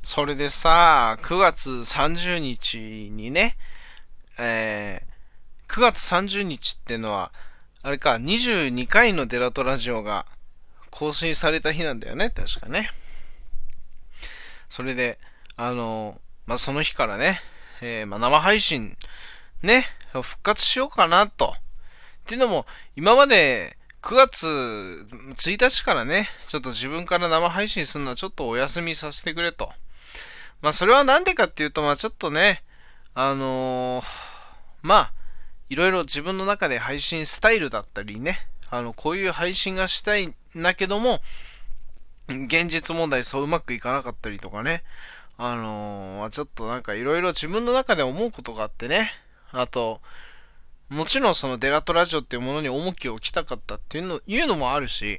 それでさ、9月30日にね、9月30日ってのは、あれか、22回のデラトラジオが更新された日なんだよね、確かね。それで、その日からね、生配信ね、復活しようかなと。っていうのも、今まで9月1日からね、ちょっと自分から生配信するのはちょっとお休みさせてくれと。それはなんでかっていうと、ちょっとね、あのーまあ、いろいろ自分の中で配信スタイルだったりね、こういう配信がしたいんだけども、現実問題そううまくいかなかったりとかね、ちょっとなんかいろいろ自分の中で思うことがあってね、あと、もちろんそのデラトラジオっていうものに重きを置きたかったっていうのもあるし、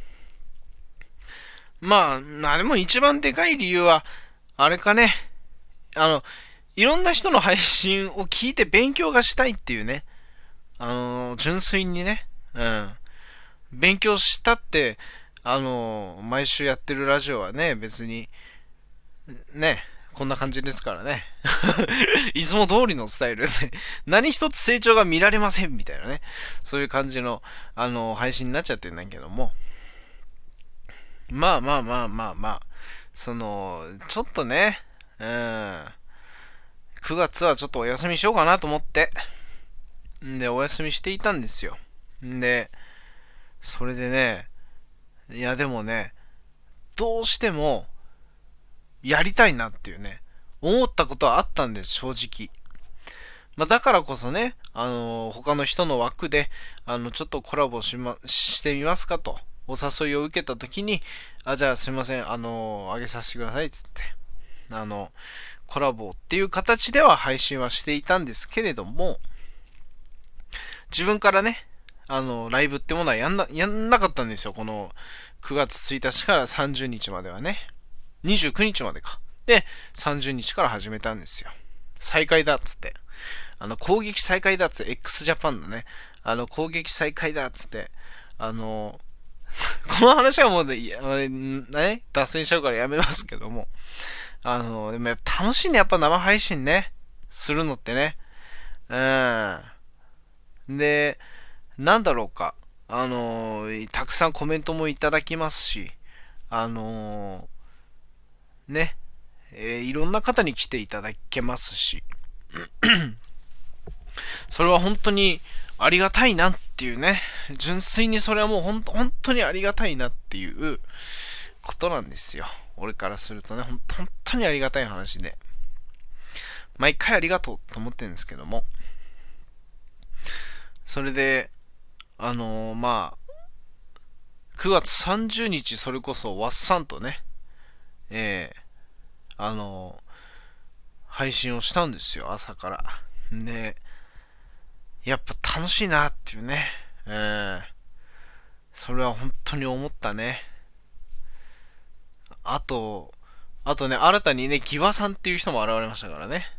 でも一番でかい理由は、あれかね、あの、いろんな人の配信を聞いて勉強がしたいっていうね、純粋にね、うん。勉強したって、毎週やってるラジオはね、別に、ね、こんな感じですからね。いつも通りのスタイルで、何一つ成長が見られませんみたいなね。そういう感じの、配信になっちゃってんだけども。ちょっとね、9月はちょっとお休みしようかなと思って。で、お休みしていたんですよ。で、それでね、いやでもね、どうしても、やりたいなっていうね、思ったことはあったんです、正直。だからこそね、他の人の枠で、ちょっとコラボしてみますかと、お誘いを受けたときに、じゃあすいません、あげさせてくださいって言って、コラボっていう形では配信はしていたんですけれども、自分からね、ライブってものはやんなかったんですよ。この9月1日から30日まではね。29日までか。で、30日から始めたんですよ。再開だっつって。攻撃再開だっつって、x ジャパンのね、攻撃再開だっつって、この話はもうね、脱線しちゃうからやめますけども、でもやっぱ楽しいね、やっぱ生配信ね、するのってね。うん。で、なんだろうか。たくさんコメントもいただきますし、あのね、いろんな方に来ていただけますし、それは本当にありがたいなっていうね、純粋にそれはもう本当にありがたいなっていうことなんですよ。俺からするとね、本当にありがたい話で。毎回ありがとうと思ってるんですけども、それで、9月30日それこそワッサンとね、えー、配信をしたんですよ、朝から。で、やっぱ楽しいなっていうね。それは本当に思ったね。あと、あとね、新たにね、ギワさんっていう人も現れましたからね。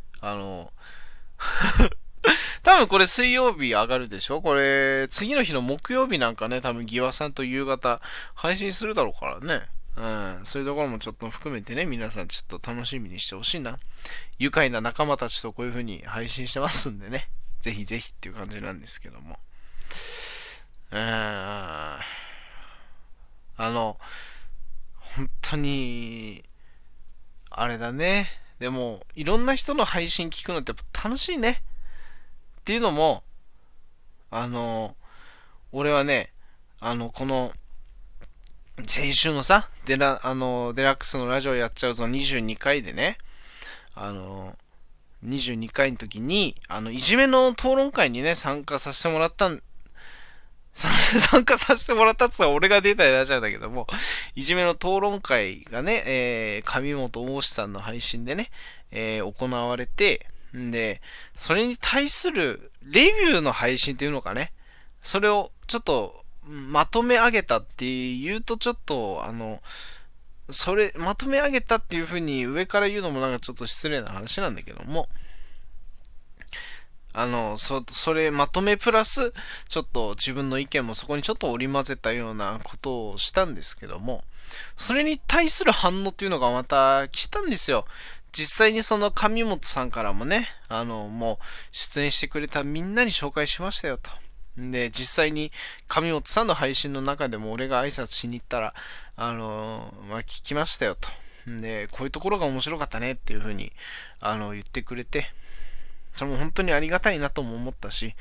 多分これ水曜日上がるでしょ。これ、次の日の木曜日なんかね、多分ギワさんと夕方配信するだろうからね。うん、そういうところもちょっと含めてね、皆さんちょっと楽しみにしてほしいな。愉快な仲間たちとこういう風に配信してますんでね。ぜひぜひっていう感じなんですけども。あの、本当に、あれだね。でも、いろんな人の配信聞くのってやっぱ楽しいね。っていうのも、あの、俺はね、この、先週のさ、デラックスのラジオやっちゃうぞ22回でね、あの、22回の時に、いじめの討論会にね、参加させてもらったん、参加させてもらったって言ったら俺が出たりなっちゃうんだけども、いじめの討論会がね、上本大志さんの配信でね、行われて、で、それに対するレビューの配信っていうのかね、それをちょっとまとめ上げたっていうとちょっと、まとめ上げたっていう風に上から言うのもなんかちょっと失礼な話なんだけども、 それまとめプラス、ちょっと自分の意見もそこにちょっと織り交ぜたようなことをしたんですけども、それに対する反応っていうのがまた来たんですよ。実際にその上本さんからもね、もう出演してくれたみんなに紹介しましたよと。で、実際に上本さんの配信の中でも俺が挨拶しに行ったら、聞きましたよと。で、こういうところが面白かったねっていう風に、言ってくれて、それも本当にありがたいなとも思ったし、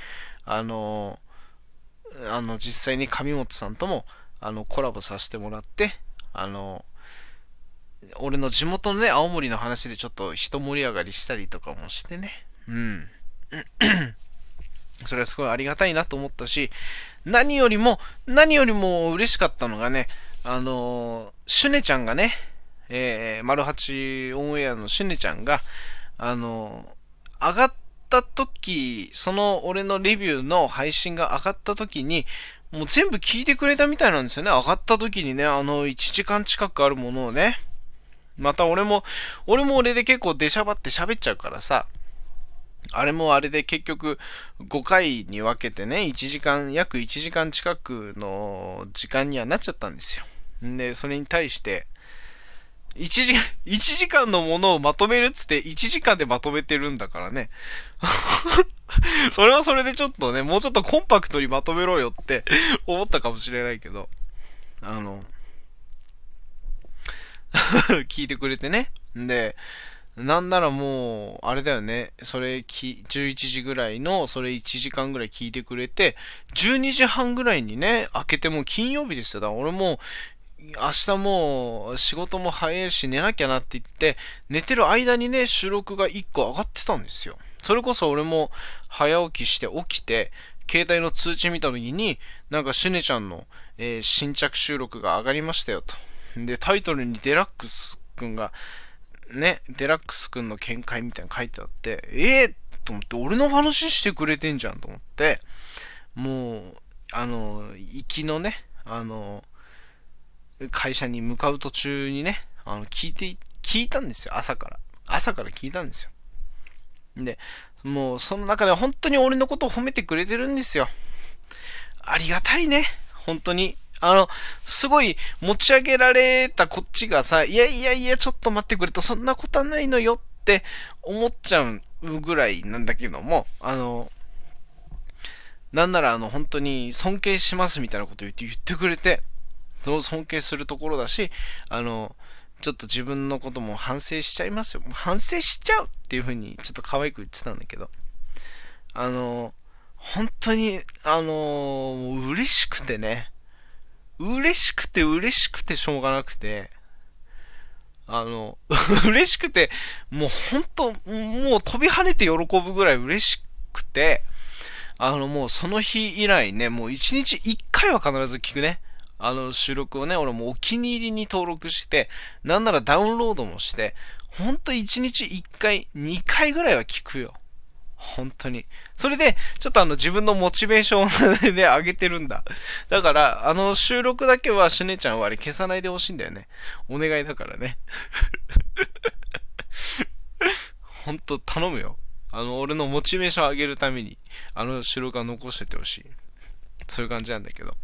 実際に上本さんとも、コラボさせてもらって、あの、俺の地元のね、青森の話でちょっと一盛り上がりしたりとかもしてね。うん。それはすごいありがたいなと思ったし、何よりも嬉しかったのがね、シュネちゃんがね、マルハチオンエアのシュネちゃんが、上がった時、その俺のレビューの配信が上がった時に、もう全部聞いてくれたみたいなんですよね。上がった時にね、1時間近くあるものをね。また俺で結構出しゃばって喋っちゃうからさ、あれもあれで結局5回に分けてね、約1時間近くの時間にはなっちゃったんですよ。で、それに対して、1時間のものをまとめるっつって1時間でまとめてるんだからね。それはそれでちょっとね、もうちょっとコンパクトにまとめろよって思ったかもしれないけど、聞いてくれてね。で、なんならもう、あれだよね。11時ぐらいの、それ1時間ぐらい聞いてくれて、12時半ぐらいにね、開けてもう金曜日ですよ。だから俺も、明日もう仕事も早いし寝なきゃなって言って、寝てる間にね、収録が1個上がってたんですよ。それこそ俺も早起きして起きて、携帯の通知見た時に、なんかシュネちゃんの、新着収録が上がりましたよと。で、タイトルにデラックスくんが、ね、デラックスくんの見解みたいなの書いてあって、と思って、俺の話してくれてんじゃんと思って、もう、行きのね、会社に向かう途中にね、聞いたんですよ、朝から。朝から聞いたんですよ。で、もう、その中で本当に俺のことを褒めてくれてるんですよ。ありがたいね。本当に。すごい持ち上げられたこっちがさ、いやいやいや、ちょっと待ってくれと、そんなことはないのよって思っちゃうぐらいなんだけども、なんなら本当に尊敬しますみたいなこと言ってくれて、その尊敬するところだし、ちょっと自分のことも反省しちゃいますよ。反省しちゃうっていう風にちょっと可愛く言ってたんだけど、本当に、嬉しくてね、嬉しくてしょうがなくて、嬉しくて、もう本当、もう飛び跳ねて喜ぶぐらい嬉しくて、もうその日以来ね、もう一日一回は必ず聞くね。収録をね、俺もお気に入りに登録して、なんならダウンロードもして、ほんと一日一回、二回ぐらいは聞くよ。本当に。それで、ちょっと自分のモチベーションで上げてるんだ。だから、収録だけはシュネちゃんはあれ消さないでほしいんだよね。お願いだからね。本当頼むよ。俺のモチベーション上げるために、収録は残しててほしい。そういう感じなんだけど。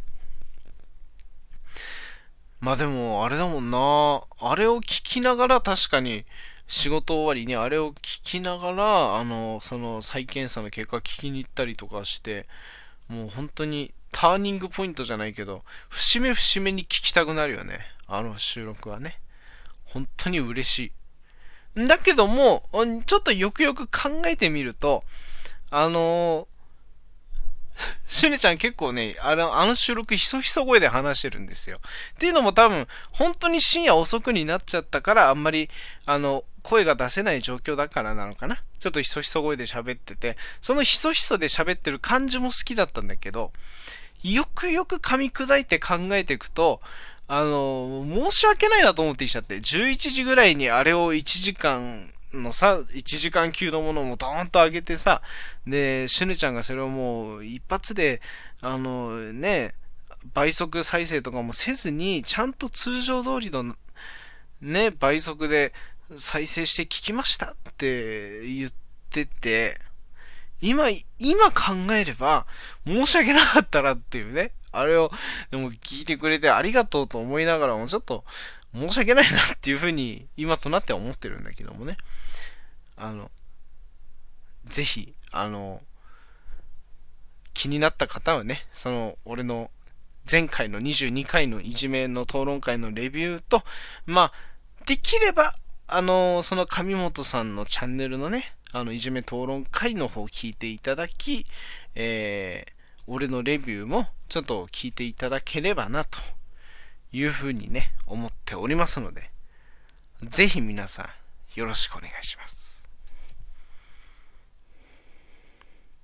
まあでも、あれだもんな。あれを聞きながら確かに、仕事終わりにあれを聞きながら、その再検査の結果聞きに行ったりとかして、もう本当にターニングポイントじゃないけど、節目節目に聞きたくなるよね。あの収録はね。本当に嬉しい。だけども、ちょっとよくよく考えてみると、あのシュネちゃん結構ね、あの収録ひそひそ声で話してるんですよ。っていうのも多分、本当に深夜遅くになっちゃったから、あんまり、声が出せない状況だからなのかな。ちょっとひそひそ声で喋ってて、そのひそひそで喋ってる感じも好きだったんだけど、よくよく噛み砕いて考えていくと、申し訳ないなと思ってきちゃって、11時ぐらいにあれを1時間のさ、1時間級のものをドーンと上げてさ、で、シュネちゃんがそれをもう一発で、倍速再生とかもせずに、ちゃんと通常通りのね、倍速で再生して聞きましたって言ってて、 今考えれば、申し訳なかったなっていうね、あれを、でも聞いてくれてありがとうと思いながらも、ちょっと、申し訳ないなっていうふうに、今となっては思ってるんだけどもね。あの、ぜひ、気になった方はね、俺の前回の22回のいじめの討論会のレビューと、まあ、できれば、その上本さんのチャンネルのね、いじめ討論会の方を聞いていただき、俺のレビューもちょっと聞いていただければなというふうにね、思っておりますので、ぜひ皆さんよろしくお願いします。